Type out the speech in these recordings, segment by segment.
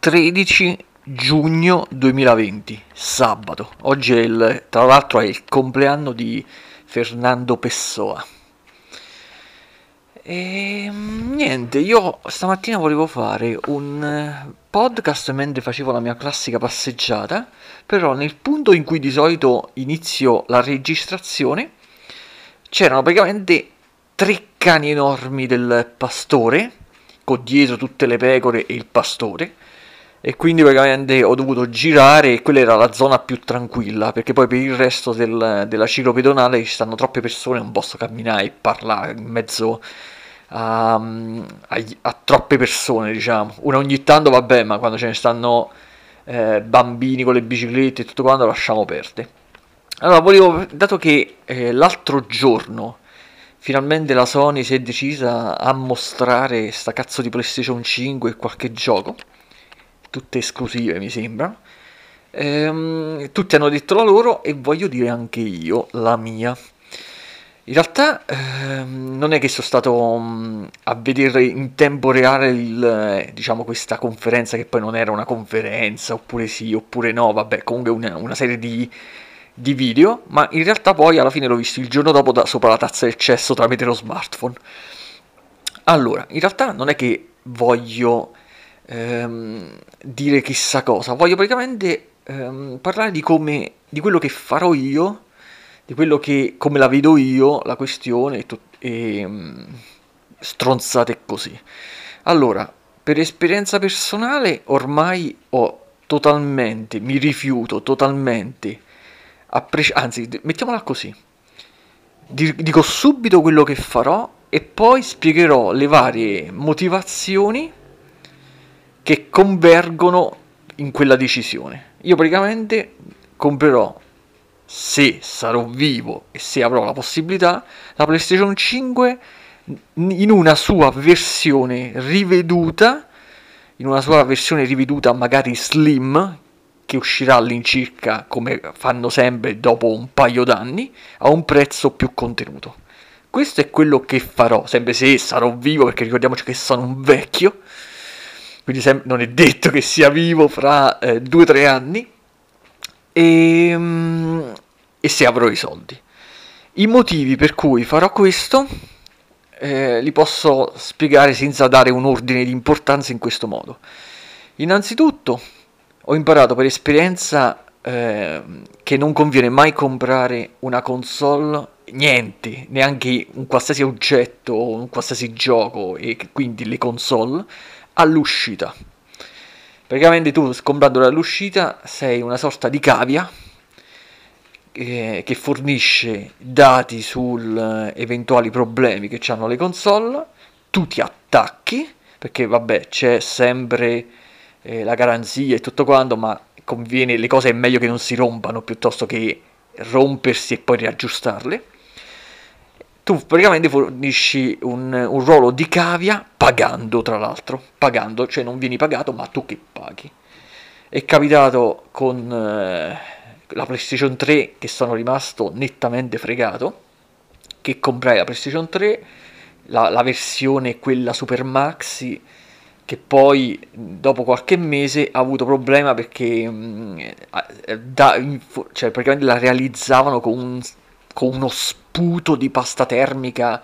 13 giugno 2020, sabato. Oggi tra l'altro è il compleanno di Fernando Pessoa. E niente, io stamattina volevo fare un podcast mentre facevo la mia classica passeggiata, però nel punto in cui di solito inizio la registrazione c'erano praticamente 3 cani enormi del pastore, con dietro tutte le pecore e il pastore, e quindi praticamente ho dovuto girare e quella era la zona più tranquilla, perché poi per il resto della ciclo pedonale ci stanno troppe persone, non posso camminare e parlare in mezzo a troppe persone, diciamo. Una ogni tanto vabbè, ma quando ce ne stanno bambini con le biciclette e tutto quanto lasciamo perdere. Allora, dato che l'altro giorno finalmente la Sony si è decisa a mostrare sta cazzo di PlayStation 5 e qualche gioco, tutte esclusive mi sembra, tutti hanno detto la loro e voglio dire anche io la mia. In realtà non è che sono stato a vedere in tempo reale diciamo questa conferenza, che poi non era una conferenza, oppure sì, oppure no, vabbè, comunque una serie di video, ma in realtà poi alla fine l'ho visto il giorno dopo sopra la tazza del cesso tramite lo smartphone. Allora, in realtà non è che voglio dire chissà cosa, voglio praticamente parlare di quello che farò io, di quello come la vedo io, la questione stronzate così. Allora, per esperienza personale ormai mi rifiuto totalmente, anzi, mettiamola così, dico subito quello che farò e poi spiegherò le varie motivazioni che convergono in quella decisione. Io praticamente comprerò, se sarò vivo e se avrò la possibilità, la PlayStation 5 in una sua versione riveduta, magari slim, che uscirà all'incirca, come fanno sempre dopo un paio d'anni, a un prezzo più contenuto. Questo è quello che farò, sempre se sarò vivo, perché ricordiamoci che sono un vecchio, quindi non è detto che sia vivo fra 2-3 anni, e se avrò i soldi. I motivi per cui farò questo li posso spiegare senza dare un ordine di importanza in questo modo. Innanzitutto ho imparato per esperienza che non conviene mai comprare una console, niente, neanche un qualsiasi oggetto o un qualsiasi gioco, e quindi le console, all'uscita. Praticamente tu, comprandolo all'uscita, sei una sorta di cavia che fornisce dati su eventuali problemi che hanno le console, tu ti attacchi, perché vabbè c'è sempre la garanzia e tutto quanto, ma le cose è meglio che non si rompano piuttosto che rompersi e poi riaggiustarle. Tu praticamente fornisci un ruolo di cavia pagando, tra l'altro, cioè non vieni pagato ma tu che paghi. È capitato con la PlayStation 3 che sono rimasto nettamente fregato, che comprai la PlayStation 3, la versione quella Super Maxi, che poi dopo qualche mese ha avuto problema perché cioè praticamente la realizzavano con uno sputo di pasta termica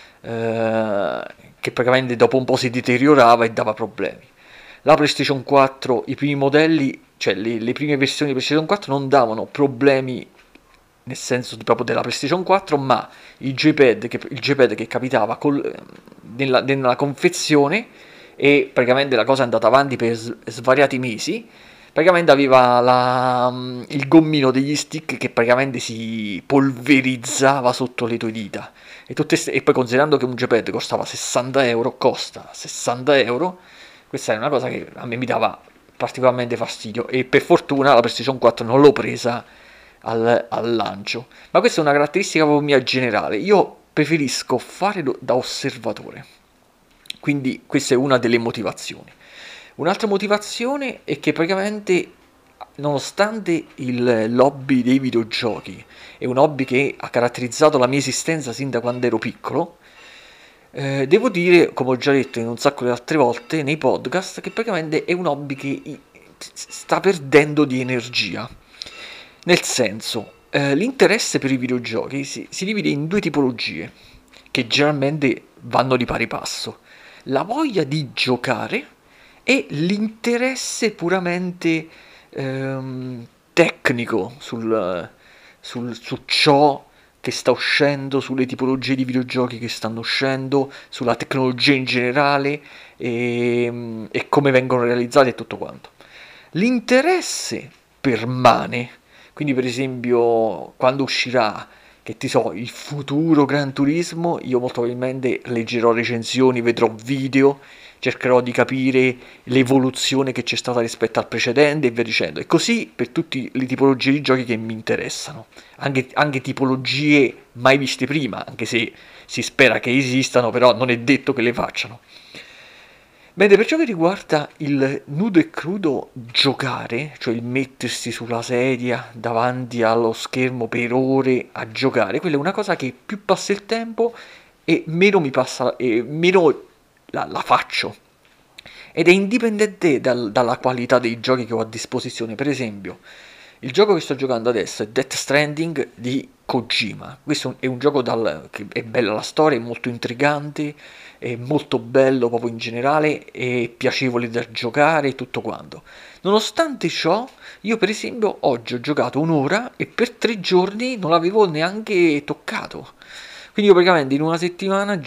che praticamente dopo un po' si deteriorava e dava problemi. La PlayStation 4, i primi modelli, cioè le prime versioni di PlayStation 4 non davano problemi nel senso proprio della PlayStation 4, ma il J-pad che capitava nella confezione, e praticamente la cosa è andata avanti per svariati mesi. Praticamente aveva il gommino degli stick che praticamente si polverizzava sotto le tue dita. E poi, considerando che un J-pad costa 60 euro, questa è una cosa che a me mi dava particolarmente fastidio, e per fortuna la PlayStation 4 non l'ho presa al lancio. Ma questa è una caratteristica proprio mia generale. Io preferisco fare da osservatore. Quindi questa è una delle motivazioni. Un'altra motivazione è che praticamente, nonostante l'hobby dei videogiochi è un hobby che ha caratterizzato la mia esistenza sin da quando ero piccolo, Devo dire, come ho già detto in un sacco di altre volte nei podcast, che praticamente è un hobby che sta perdendo di energia. Nel senso, l'interesse per i videogiochi si divide in due tipologie, che generalmente vanno di pari passo. La voglia di giocare e l'interesse puramente tecnico su ciò che sta uscendo, sulle tipologie di videogiochi che stanno uscendo, sulla tecnologia in generale e come vengono realizzati e tutto quanto. L'interesse permane, quindi per esempio quando uscirà, che ti so, il futuro Gran Turismo, io molto probabilmente leggerò recensioni, vedrò video, cercherò di capire l'evoluzione che c'è stata rispetto al precedente e via dicendo. E così per tutte le tipologie di giochi che mi interessano, anche tipologie mai viste prima, anche se si spera che esistano, però non è detto che le facciano. Mentre per ciò che riguarda il nudo e crudo giocare, cioè il mettersi sulla sedia davanti allo schermo per ore a giocare, quella è una cosa che più passa il tempo e meno mi passa e meno la faccio. Ed è indipendente dalla qualità dei giochi che ho a disposizione. Per esempio, il gioco che sto giocando adesso è Death Stranding di Kojima. Questo è un gioco che è bella la storia, è molto intrigante, è molto bello proprio in generale, è piacevole da giocare e tutto quanto. Nonostante ciò, io per esempio oggi ho giocato un'ora e per 3 giorni non l'avevo neanche toccato. Quindi io praticamente in una settimana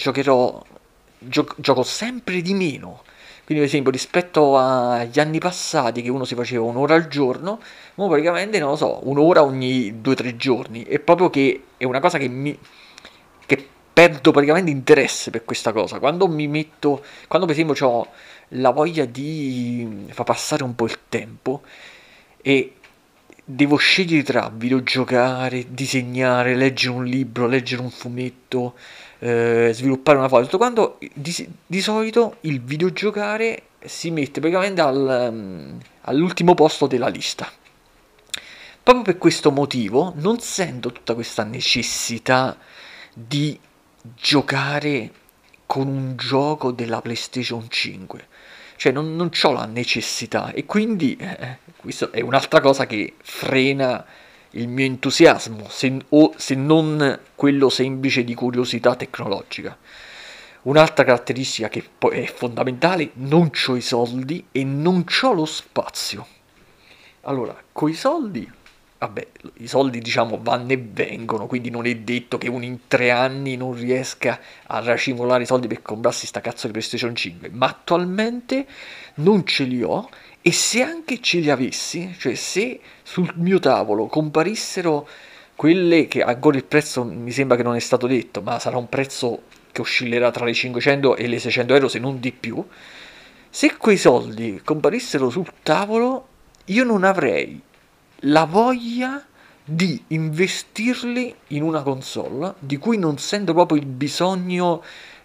gioco sempre di meno. Quindi, per esempio, rispetto agli anni passati, che uno si faceva un'ora al giorno, ora praticamente non lo so, un'ora ogni 2 o 3 giorni. È proprio che è una cosa che perdo praticamente interesse per questa cosa. Quando per esempio ho la voglia di far passare un po' il tempo e devo scegliere tra videogiocare, disegnare, leggere un libro, leggere un fumetto, sviluppare una foto, tutto quanto, di solito il videogiocare si mette praticamente all'ultimo posto della lista. Proprio per questo motivo non sento tutta questa necessità di giocare con un gioco della PlayStation 5. Cioè non ho la necessità e quindi questo è un'altra cosa che frena il mio entusiasmo, o se non quello semplice di curiosità tecnologica. Un'altra caratteristica che poi è fondamentale, non ho i soldi e non ho lo spazio. Allora, coi soldi, vabbè, i soldi diciamo vanno e vengono, quindi non è detto che uno in 3 anni non riesca a racimolare i soldi per comprarsi sta cazzo di PlayStation 5, ma attualmente non ce li ho e se anche ce li avessi, cioè se sul mio tavolo comparissero quelle che ancora il prezzo mi sembra che non è stato detto, ma sarà un prezzo che oscillerà tra le 500 e le 600 euro se non di più, se quei soldi comparissero sul tavolo io non avrei la voglia di investirli in una console di cui non sento proprio il bisogno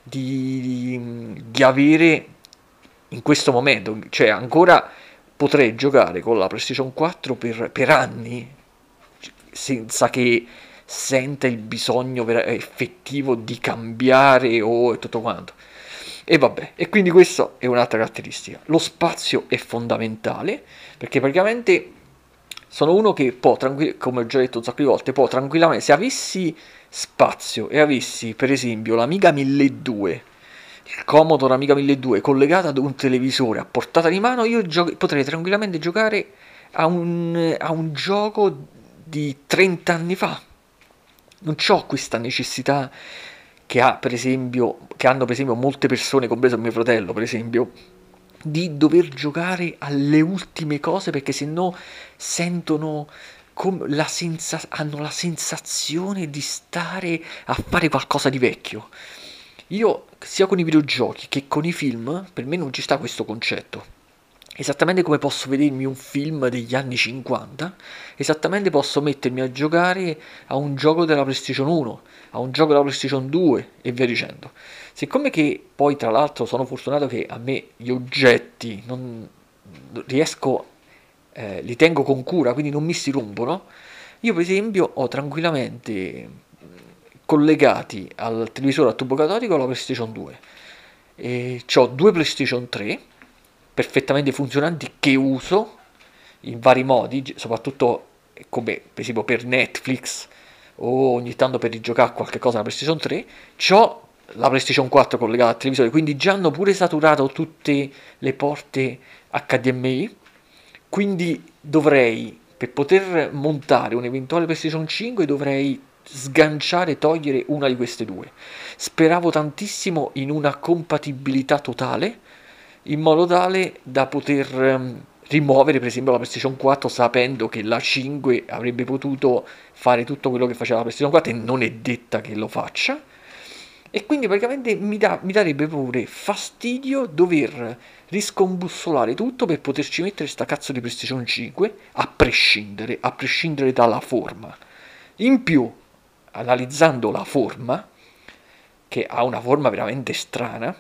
di avere in questo momento. Cioè, ancora potrei giocare con la PlayStation 4 per anni senza che senta il bisogno effettivo di cambiare o tutto quanto. E vabbè, e quindi questa è un'altra caratteristica. Lo spazio è fondamentale perché praticamente sono uno che può, come ho già detto un sacco di volte, può tranquillamente, se avessi spazio e avessi per esempio l'Amiga 1200, il Commodore Amiga 1200 collegato ad un televisore a portata di mano, io potrei tranquillamente giocare a un gioco di 30 anni fa. Non ho questa necessità che hanno per esempio molte persone, compreso mio fratello, per esempio, di dover giocare alle ultime cose perché se no sentono hanno la sensazione di stare a fare qualcosa di vecchio. Io, sia con i videogiochi che con i film, per me non ci sta questo concetto. Esattamente come posso vedermi un film degli anni 50, esattamente posso mettermi a giocare a un gioco della PlayStation 1, a un gioco della PlayStation 2 e via dicendo. Siccome che poi tra l'altro sono fortunato che a me gli oggetti non riesco, li tengo con cura, quindi non mi si rompono, io per esempio ho tranquillamente collegati al televisore a tubo catodico la PlayStation 2. E ho due PlayStation 3 perfettamente funzionanti che uso in vari modi, soprattutto come per esempio per Netflix o ogni tanto per rigiocare qualche cosa alla PlayStation 3. C'ho la PlayStation 4 collegata al televisore, quindi già hanno pure saturato tutte le porte HDMI, quindi dovrei, per poter montare un eventuale PlayStation 5, dovrei sganciare e togliere una di queste due. Speravo tantissimo in una compatibilità totale, in modo tale da poter rimuovere per esempio la PlayStation 4 sapendo che la 5 avrebbe potuto fare tutto quello che faceva la PlayStation 4 e non è detta che lo faccia. E quindi praticamente mi darebbe pure fastidio dover riscombussolare tutto per poterci mettere sta cazzo di PlayStation 5 a prescindere dalla forma. In più, analizzando la forma, che ha una forma veramente strana,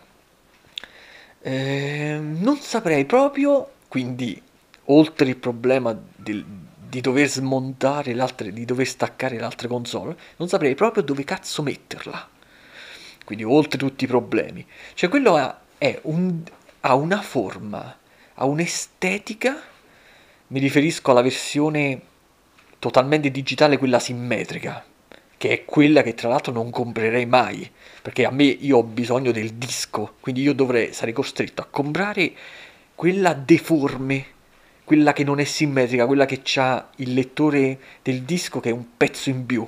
non saprei proprio, quindi oltre il problema di dover smontare di dover staccare l'altra console, non saprei proprio dove cazzo metterla. Quindi oltre tutti i problemi, cioè quello ha una forma, ha un'estetica, mi riferisco alla versione totalmente digitale, quella simmetrica, che è quella che tra l'altro non comprerei mai, perché io ho bisogno del disco, quindi sarei costretto a comprare quella deforme, quella che non è simmetrica, quella che ha il lettore del disco che è un pezzo in più.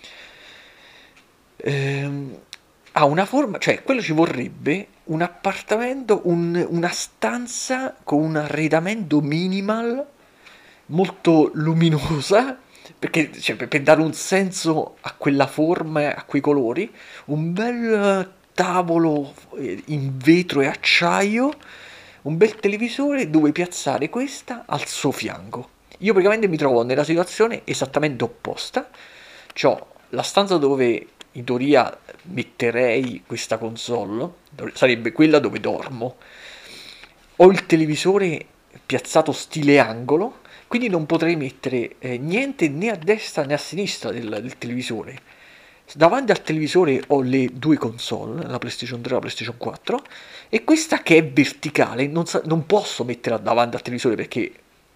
Ha una forma, cioè quello ci vorrebbe un appartamento, una stanza con un arredamento minimal, molto luminosa, perché cioè, per dare un senso a quella forma, a quei colori, un bel tavolo in vetro e acciaio, un bel televisore dove piazzare questa al suo fianco. Io praticamente mi trovo nella situazione esattamente opposta. C'ho la stanza dove in teoria metterei questa console, sarebbe quella dove dormo. Ho il televisore piazzato stile angolo, quindi non potrei mettere niente né a destra né a sinistra del televisore. Davanti al televisore ho le due console, la PlayStation 3 e la PlayStation 4, e questa che è verticale non posso metterla davanti al televisore perché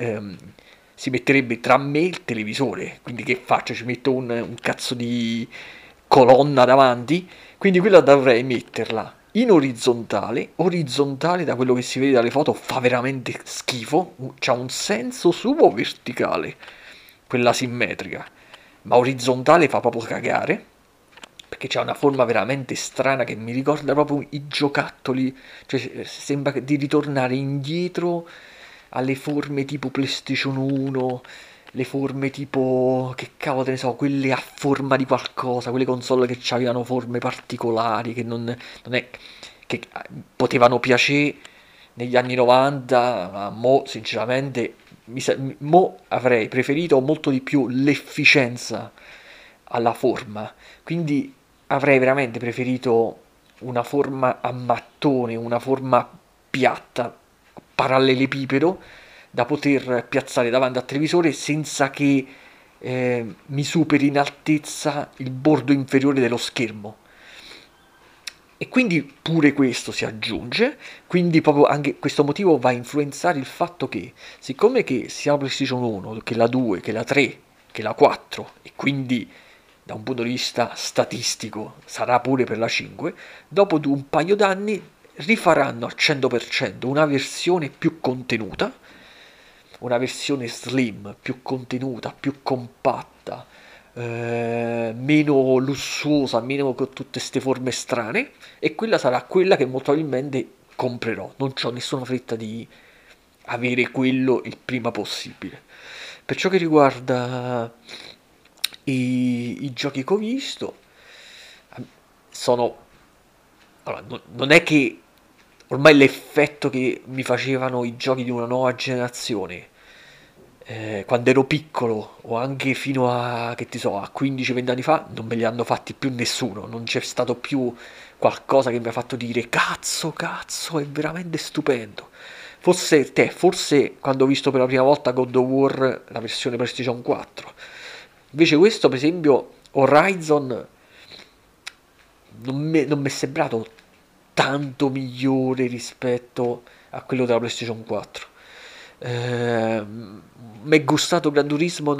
si metterebbe tra me e il televisore, quindi che faccio? Ci metto un cazzo di colonna davanti, quindi quella dovrei metterla in orizzontale da quello che si vede dalle foto fa veramente schifo, c'ha un senso suo verticale, quella simmetrica, ma orizzontale fa proprio cagare, perché c'ha una forma veramente strana che mi ricorda proprio i giocattoli, cioè sembra di ritornare indietro alle forme tipo PlayStation 1, le forme tipo, che cavolo te ne so, quelle a forma di qualcosa, quelle console che avevano forme particolari, che non è che potevano piacere negli anni 90, ma mo sinceramente mo avrei preferito molto di più l'efficienza alla forma, quindi avrei veramente preferito una forma a mattone, una forma piatta, parallelepipedo, da poter piazzare davanti al televisore senza che mi superi in altezza il bordo inferiore dello schermo. E quindi pure questo si aggiunge, quindi proprio anche questo motivo va a influenzare il fatto che, siccome che sia la PlayStation 1, che la 2, che la 3, che la 4, e quindi da un punto di vista statistico sarà pure per la 5, dopo un paio d'anni rifaranno al 100% una versione più contenuta, una versione slim, più contenuta, più compatta, meno lussuosa, meno con tutte queste forme strane, e quella sarà quella che molto probabilmente comprerò. Non ho nessuna fretta di avere quello il prima possibile. Per ciò che riguarda i giochi che ho visto, sono... Allora, non è che ormai l'effetto che mi facevano i giochi di una nuova generazione quando ero piccolo o anche fino a, che ti so, a 15-20 anni fa, non me li hanno fatti più nessuno, non c'è stato più qualcosa che mi ha fatto dire cazzo, è veramente stupendo. Forse quando ho visto per la prima volta God of War, la versione PlayStation 4. Invece questo, per esempio, Horizon non mi è sembrato tanto migliore rispetto a quello della PlayStation 4. Mi è gustato Gran Turismo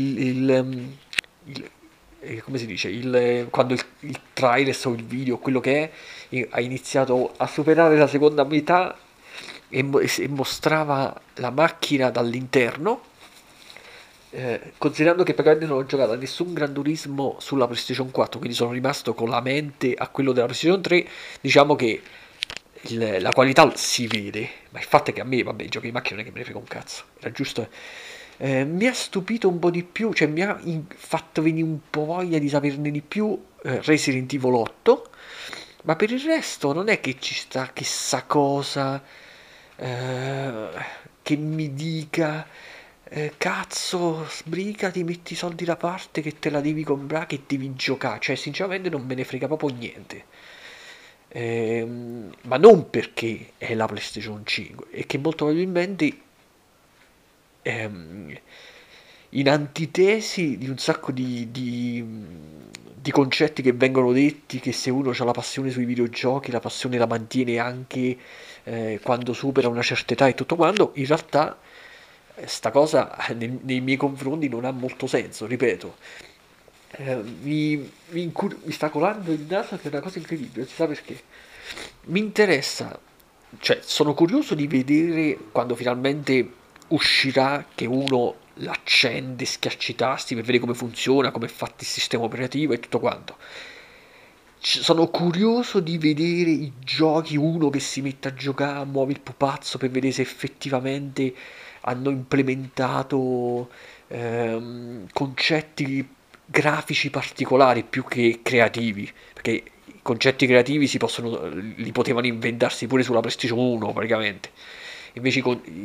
il- come si dice, quando il trailer o il video, quello che è, ha iniziato a superare la seconda metà e mostrava la macchina dall'interno, considerando che praticamente non ho giocato a nessun Gran Turismo sulla PlayStation 4, quindi sono rimasto con la mente a quello della PlayStation 3, diciamo che la qualità si vede, ma il fatto è che a me, vabbè, i giochi di macchina non è che me ne frega un cazzo, era giusto. Mi ha stupito un po' di più, cioè mi ha fatto venire un po' voglia di saperne di più Resident Evil 8, ma per il resto non è che ci sta chissà cosa eh, che mi dica cazzo, sbrigati, metti i soldi da parte che te la devi comprare, che devi giocare. Cioè, sinceramente non me ne frega proprio niente. Ma non perché è la PlayStation 5, è che molto probabilmente ehm, in antitesi di un sacco di concetti che vengono detti, che se uno ha la passione sui videogiochi, la passione la mantiene anche quando supera una certa età e tutto quanto, in realtà sta cosa nei miei confronti non ha molto senso, ripeto. Mi sta colando il naso che è una cosa incredibile, non si sa perché. Mi interessa, cioè sono curioso di vedere quando finalmente uscirà che uno l'accende, schiaccia i tasti per vedere come funziona, come è fatto il sistema operativo e tutto quanto. Sono curioso di vedere i giochi, uno che si mette a giocare, muove il pupazzo per vedere se effettivamente hanno implementato concetti grafici particolari più che creativi, perché i concetti creativi li potevano inventarsi pure sulla PlayStation 1 praticamente. Invece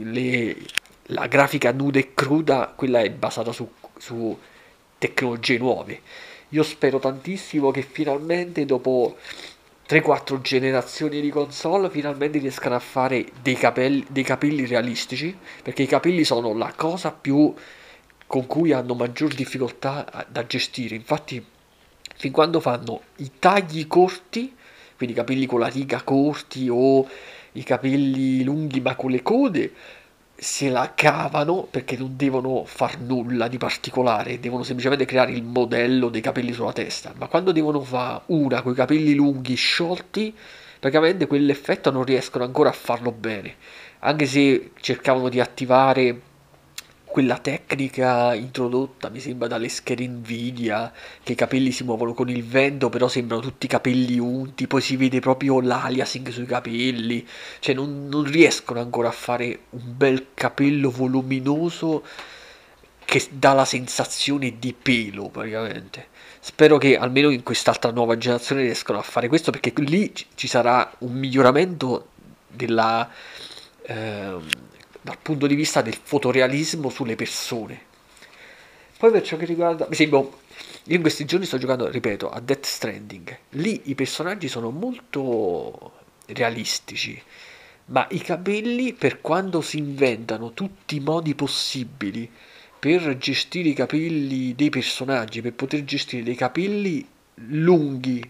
la grafica nuda e cruda, quella è basata su tecnologie nuove. Io spero tantissimo che finalmente dopo 3-4 generazioni di console finalmente riescano a fare dei capelli realistici, perché i capelli sono la cosa più con cui hanno maggior difficoltà da gestire. Infatti, fin quando fanno i tagli corti, quindi i capelli con la riga corti o i capelli lunghi ma con le code, se la cavano perché non devono far nulla di particolare, devono semplicemente creare il modello dei capelli sulla testa. Ma quando devono fare una con i capelli lunghi sciolti, praticamente quell'effetto non riescono ancora a farlo bene. Anche se cercavano di attivare quella tecnica introdotta, mi sembra, dalle schede Nvidia, che i capelli si muovono con il vento, però sembrano tutti capelli unti, poi si vede proprio l'aliasing sui capelli, cioè non riescono ancora a fare un bel capello voluminoso che dà la sensazione di pelo, praticamente. Spero che almeno in quest'altra nuova generazione riescano a fare questo, perché lì ci sarà un miglioramento della, ehm, dal punto di vista del fotorealismo sulle persone. Poi per ciò che riguarda, per esempio, io in questi giorni sto giocando, ripeto, a Death Stranding. Lì i personaggi sono molto realistici, ma i capelli, per quando si inventano tutti i modi possibili per gestire i capelli dei personaggi, per poter gestire dei capelli lunghi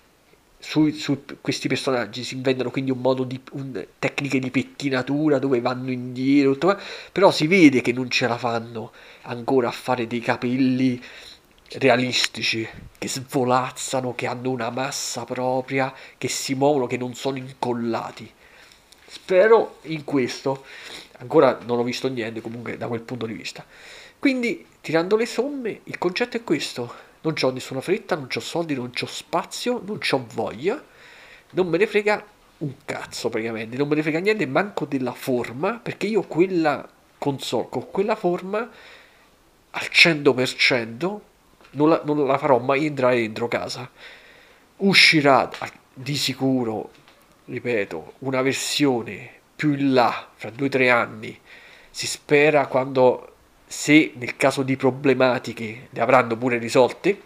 su questi personaggi, si inventano quindi tecniche di pettinatura dove vanno indietro, però si vede che non ce la fanno ancora a fare dei capelli realistici, che svolazzano, che hanno una massa propria, che si muovono, che non sono incollati. Spero in questo. Ancora non ho visto niente comunque da quel punto di vista. Quindi, tirando le somme, il concetto è questo. Non ho nessuna fretta, non ho soldi, non ho spazio, non ho voglia. Non me ne frega un cazzo praticamente. Non me ne frega niente manco della forma, perché io quella console con quella forma al 100% non la farò mai entrare dentro casa. Uscirà di sicuro, ripeto, una versione più in là, fra 2 o 3 anni, si spera quando, se nel caso di problematiche le avranno pure risolte,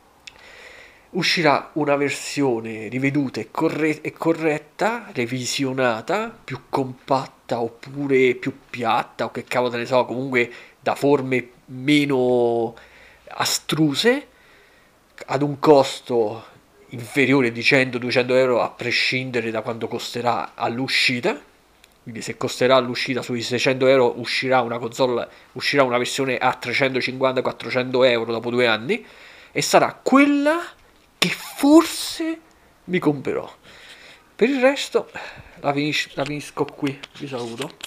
uscirà una versione riveduta e corretta, revisionata, più compatta oppure più piatta o che cavolo te ne so, comunque da forme meno astruse, ad un costo inferiore di 100-200 euro a prescindere da quanto costerà all'uscita. Quindi se costerà all'uscita sui 600 euro uscirà una console, uscirà una versione a 350-400 euro dopo 2 anni e sarà quella che forse mi comprerò. Per il resto la finisco qui, vi saluto.